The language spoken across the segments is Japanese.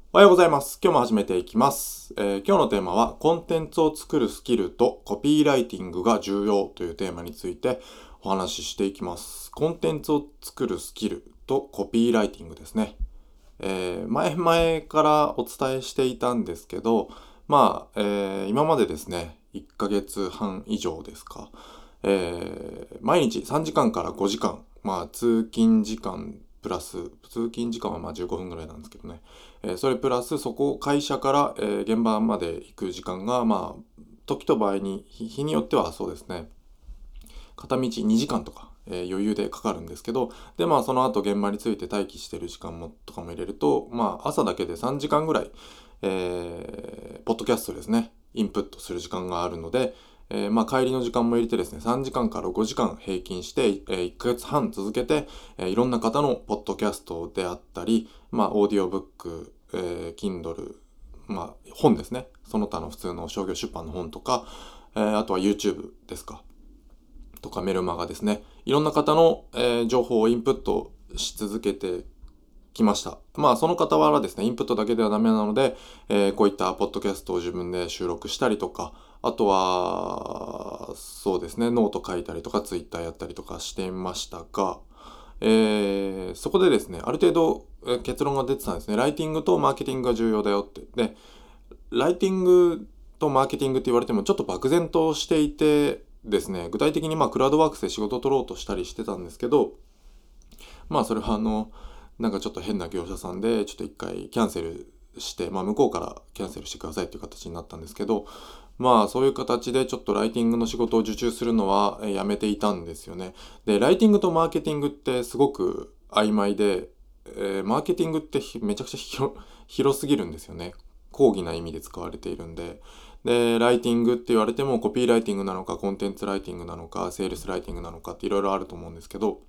おはようございます。今日も始めていきます。今日のテーマはコンテンツを作るスキルとコピーライティングが重要というテーマについてお話ししていきます。コンテンツを作るスキルとコピーライティングですね。前々からお伝えしていたんですけど、今までですね、1ヶ月半以上ですか、毎日3時間から5時間、通勤時間プラス、通勤時間は15分ぐらいなんですけどね、それプラスそこ会社から、現場まで行く時間が時と場合に日によってはそうですね、片道2時間とか、余裕でかかるんですけど、でその後現場について待機してる時間もとかも入れると、朝だけで3時間ぐらい、ポッドキャストですね、インプットする時間があるので、帰りの時間も入れてですね、3時間から5時間平均して、1ヶ月半続けて、いろんな方のポッドキャストであったり、オーディオブック、Kindle、本ですね、その他の普通の商業出版の本とか、あとは YouTube ですか、とかメルマガですね。いろんな方の、情報をインプットし続けてきました。その傍らですね、インプットだけではダメなので、こういったポッドキャストを自分で収録したりとか、あとは、そうですね、ノート書いたりとか、ツイッターやったりとかしていましたが、そこでですね、ある程度、結論が出てたんですね。ライティングとマーケティングが重要だよって。で、ライティングとマーケティングって言われてもちょっと漠然としていてですね、具体的にクラウドワークスで仕事を取ろうとしたりしてたんですけど、それはなんかちょっと変な業者さんでちょっと一回キャンセルして、向こうからキャンセルしてくださいっていう形になったんですけど、そういう形でちょっとライティングの仕事を受注するのはやめていたんですよね。で、ライティングとマーケティングってすごく曖昧で、マーケティングってめちゃくちゃ広すぎるんですよね。広義な意味で使われているんで。で、ライティングって言われてもコピーライティングなのか、コンテンツライティングなのか、セールスライティングなのかっていろいろあると思うんですけど、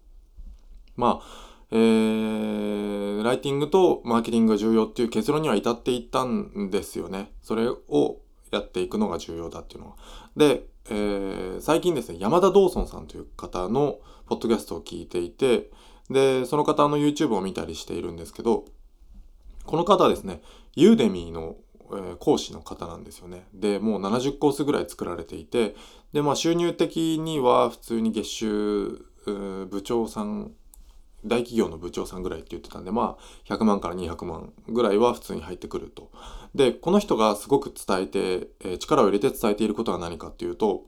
ライティングとマーケティングが重要っていう結論には至っていったんですよね。それをやっていくのが重要だっていうのは。で、最近ですね、山田道尊さんという方のポッドキャストを聞いていて、で、その方の YouTube を見たりしているんですけど、この方はですね、ユーデミーの講師の方なんですよね。で、もう70コースぐらい作られていて、で、収入的には普通に月収部長さん、大企業の部長さんぐらいって言ってたんで、100万から200万ぐらいは普通に入ってくると。で、この人がすごく伝えて、力を入れて伝えていることは何かっていうと、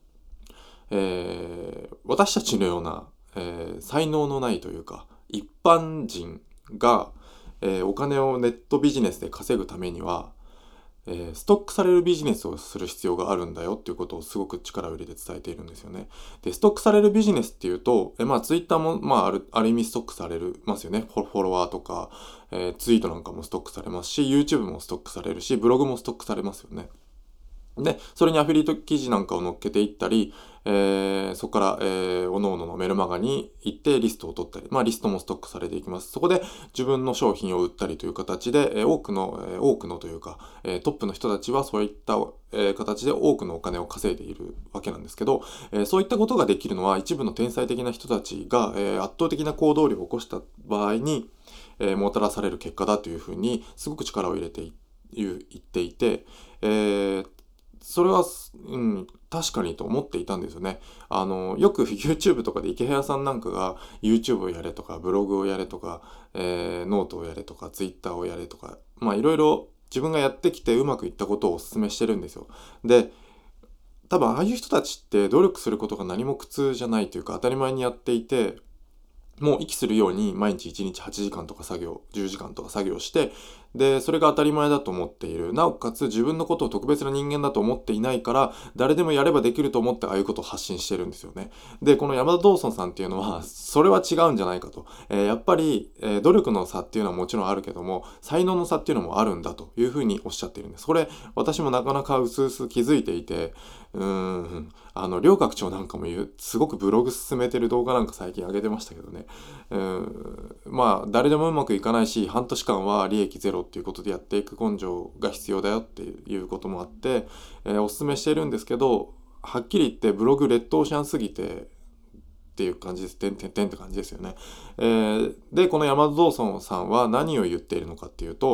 私たちのような、才能のないというか、一般人が、お金をネットビジネスで稼ぐためには、ストックされるビジネスをする必要があるんだよっていうことをすごく力を入れて伝えているんですよね。で、ストックされるビジネスっていうと、ツイッターも、ある意味ストックされますよね。フォロワーとか、ツイートなんかもストックされますし、YouTube もストックされるし、ブログもストックされますよね。で、それにアフィリエイト記事なんかを載っけていったり、そこから、各々のメルマガに行ってリストを取ったり、リストもストックされていきます。そこで自分の商品を売ったりという形で、多くのというか、トップの人たちはそういった、形で多くのお金を稼いでいるわけなんですけど、そういったことができるのは一部の天才的な人たちが、圧倒的な行動力を起こした場合に、もたらされる結果だというふうにすごく力を入れて言っていて、それは、確かにと思っていたんですよね。よく YouTube とかで池早さんなんかが YouTube をやれとか、ブログをやれとか、ノートをやれとか、Twitter をやれとか、いろいろ自分がやってきてうまくいったことをお勧めしてるんですよ。で、多分ああいう人たちって努力することが何も苦痛じゃないというか当たり前にやっていて、もう息するように毎日1日8時間とか10時間とか作業して、で、それが当たり前だと思っている。なおかつ自分のことを特別な人間だと思っていないから、誰でもやればできると思ってああいうことを発信してるんですよね。で、この山田道尊さんっていうのは、それは違うんじゃないかと。やっぱり、努力の差っていうのはもちろんあるけども、才能の差っていうのもあるんだというふうにおっしゃっているんです。これ、私もなかなか薄々気づいていて、両学長なんかもすごくブログ進めてる動画なんか最近上げてましたけどね。誰でもうまくいかないし、半年間は利益ゼロっていうことでやっていく根性が必要だよっていうこともあって、お勧めしてるんですけど、はっきり言ってブログレッドオーシャンすぎてっていう感じです。てんてんてんって感じですよね。で、この山田道尊さんは何を言っているのかっていうと、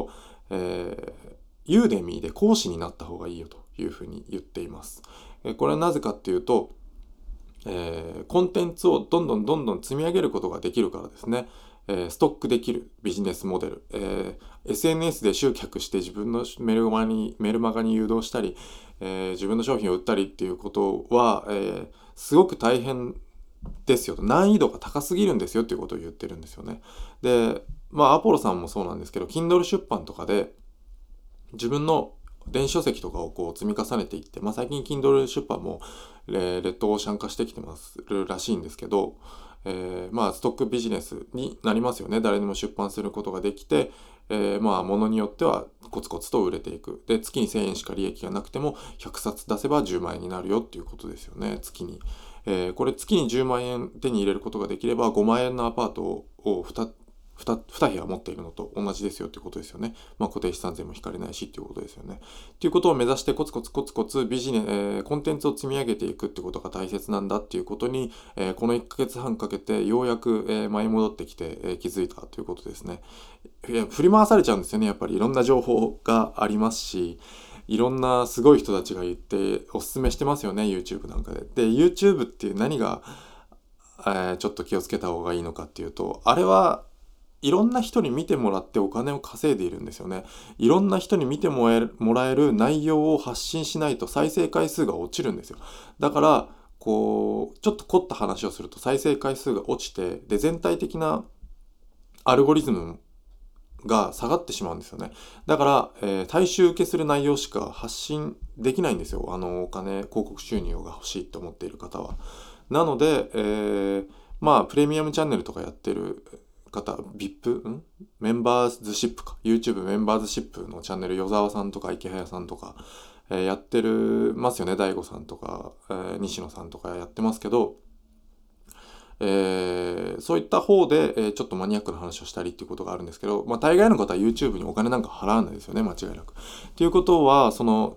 ユーデミーで講師になった方がいいよというふうに言っています。これはなぜかっていうと、コンテンツをどんどん積み上げることができるからですね。ストックできるビジネスモデル、SNS で集客して自分のメルマガに誘導したり、自分の商品を売ったりっていうことは、すごく大変ですよと、難易度が高すぎるんですよっていうことを言ってるんですよね。で、アポロさんもそうなんですけど、Kindle 出版とかで自分の電子書籍とかをこう積み重ねていって、最近 Kindle 出版もレッドオーシャン化してきてますらしいんですけど、ストックビジネスになりますよね。誰でも出版することができて、物によってはコツコツと売れていく。で、月に1000円しか利益がなくても100冊出せば10万円になるよっていうことですよね、月に。これ月に10万円手に入れることができれば5万円のアパートを2部屋持っているのと同じですよっていうことですよね。固定資産税も引かれないしっていうことですよね。っていうことを目指してコツコツコンテンツを積み上げていくってことが大切なんだっていうことに、この1ヶ月半かけてようやく、舞い戻ってきて、気づいたということですね。振り回されちゃうんですよね。やっぱりいろんな情報がありますし、いろんなすごい人たちが言っておすすめしてますよね、YouTube なんかで。で、YouTube っていう何が、ちょっと気をつけた方がいいのかっていうと、あれはいろんな人に見てもらってお金を稼いでいるんですよね。いろんな人に見てもらえる内容を発信しないと再生回数が落ちるんですよ。だから、ちょっと凝った話をすると再生回数が落ちて、で、全体的なアルゴリズムが下がってしまうんですよね。だから、大衆受けする内容しか発信できないんですよ。広告収入が欲しいと思っている方は。なので、プレミアムチャンネルとかやってる方、VIP? メンバーズシップか。YouTube メンバーズシップのチャンネル、与沢さんとか池早さんとか、やってますよね。大悟さんとか、西野さんとかやってますけど、そういった方で、ちょっとマニアックな話をしたりっていうことがあるんですけど、大概の方は YouTube にお金なんか払わないですよね、間違いなく。っていうことは、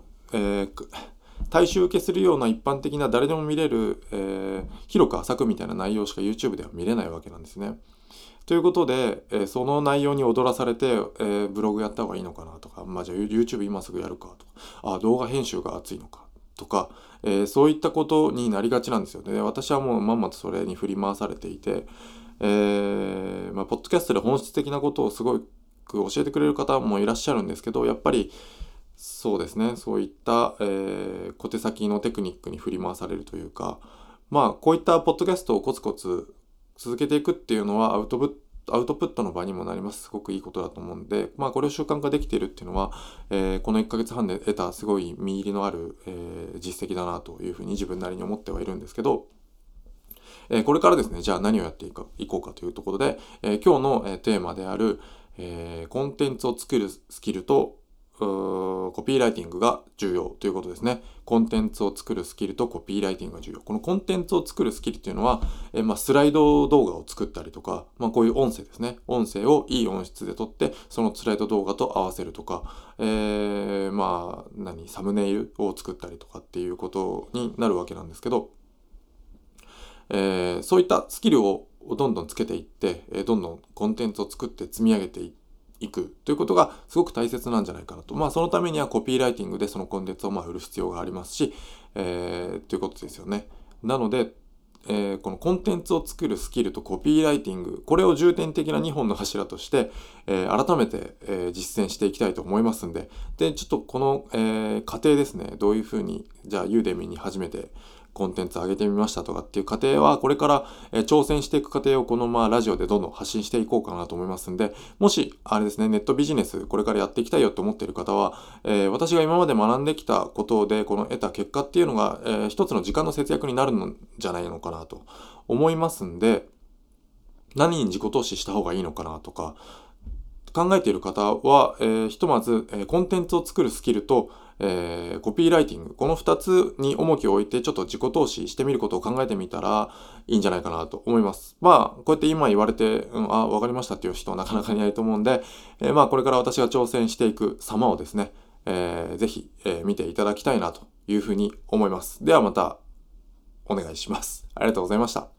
大衆受けするような一般的な誰でも見れる、広く浅くみたいな内容しか YouTube では見れないわけなんですね。ということで、その内容に踊らされて、ブログやった方がいいのかなとか、じゃあ YouTube 今すぐやるかとか、動画編集が熱いのかとか、そういったことになりがちなんですよね。私はもうまんまとそれに振り回されていて、ポッドキャストで本質的なことをすごく教えてくれる方もいらっしゃるんですけど、やっぱりそうですね、そういった、小手先のテクニックに振り回されるというか、こういったポッドキャストをコツコツ続けていくっていうのはアウトプットの場にもなります。すごくいいことだと思うんで、これを習慣化できているっていうのは、この1ヶ月半で得たすごい実入りのある、実績だなというふうに自分なりに思ってはいるんですけど、これからですね、じゃあ何をやっていこうかというところで、今日の、テーマである、コンテンツを作るスキルとコピーライティングが重要ということですね。コンテンツを作るスキルとコピーライティングが重要。このコンテンツを作るスキルっていうのは、スライド動画を作ったりとか、こういう音声ですね。音声をいい音質で撮って、そのスライド動画と合わせるとか、サムネイルを作ったりとかっていうことになるわけなんですけど、そういったスキルをどんどんつけていって、どんどんコンテンツを作って積み上げていくということがすごく大切なんじゃないかなと。そのためにはコピーライティングでそのコンテンツを売る必要がありますし、ということですよね。なので、このコンテンツを作るスキルとコピーライティング、これを重点的な2本の柱として、改めて、実践していきたいと思いますんで、ちょっとこの、過程ですね、どういうふうに、じゃあユーデミーに初めてコンテンツ上げてみましたとかっていう過程は、これから、挑戦していく過程をこのラジオでどんどん発信していこうかなと思いますんで、もしあれですね、ネットビジネスこれからやっていきたいよと思っている方は、私が今まで学んできたことでこの得た結果っていうのが、一つの時間の節約になるんじゃないのかなと思いますんで、何に自己投資した方がいいのかなとか考えている方は、ひとまず、コンテンツを作るスキルとコピーライティング、この2つに重きを置いてちょっと自己投資してみることを考えてみたらいいんじゃないかなと思います。こうやって今言われて、わかりましたっていう人はなかなかいないと思うんで、これから私が挑戦していく様をですね、ぜひ、見ていただきたいなというふうに思います。ではまたお願いします。ありがとうございました。